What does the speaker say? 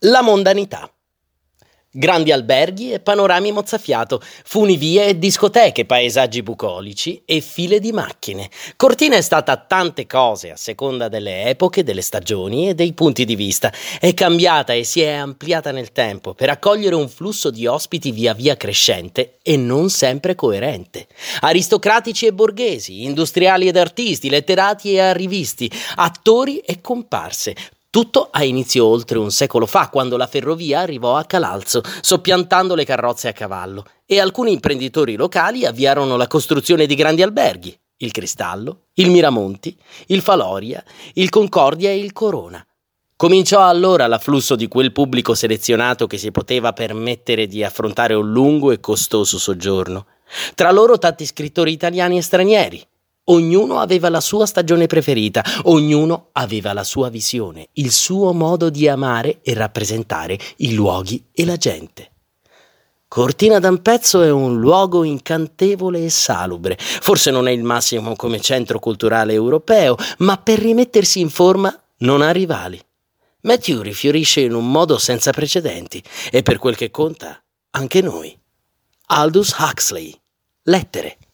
La mondanità. Grandi alberghi e panorami mozzafiato, funivie e discoteche, paesaggi bucolici e file di macchine. Cortina è stata tante cose a seconda delle epoche, delle stagioni e dei punti di vista. È cambiata e si è ampliata nel tempo per accogliere un flusso di ospiti via via crescente e non sempre coerente. Aristocratici e borghesi, industriali ed artisti, letterati e arrivisti, attori e comparse. Tutto ha inizio oltre un secolo fa, quando la ferrovia arrivò a Calalzo, soppiantando le carrozze a cavallo, e alcuni imprenditori locali avviarono la costruzione di grandi alberghi, il Cristallo, il Miramonti, il Faloria, il Concordia e il Corona. Cominciò allora l'afflusso di quel pubblico selezionato che si poteva permettere di affrontare un lungo e costoso soggiorno. Tra loro tanti scrittori italiani e stranieri. Ognuno aveva la sua stagione preferita, ognuno aveva la sua visione, il suo modo di amare e rappresentare i luoghi e la gente. Cortina d'Ampezzo è un luogo incantevole e salubre. Forse non è il massimo come centro culturale europeo, ma per rimettersi in forma non ha rivali. Matthew rifiorisce in un modo senza precedenti e per quel che conta, anche noi. Aldous Huxley. Lettere.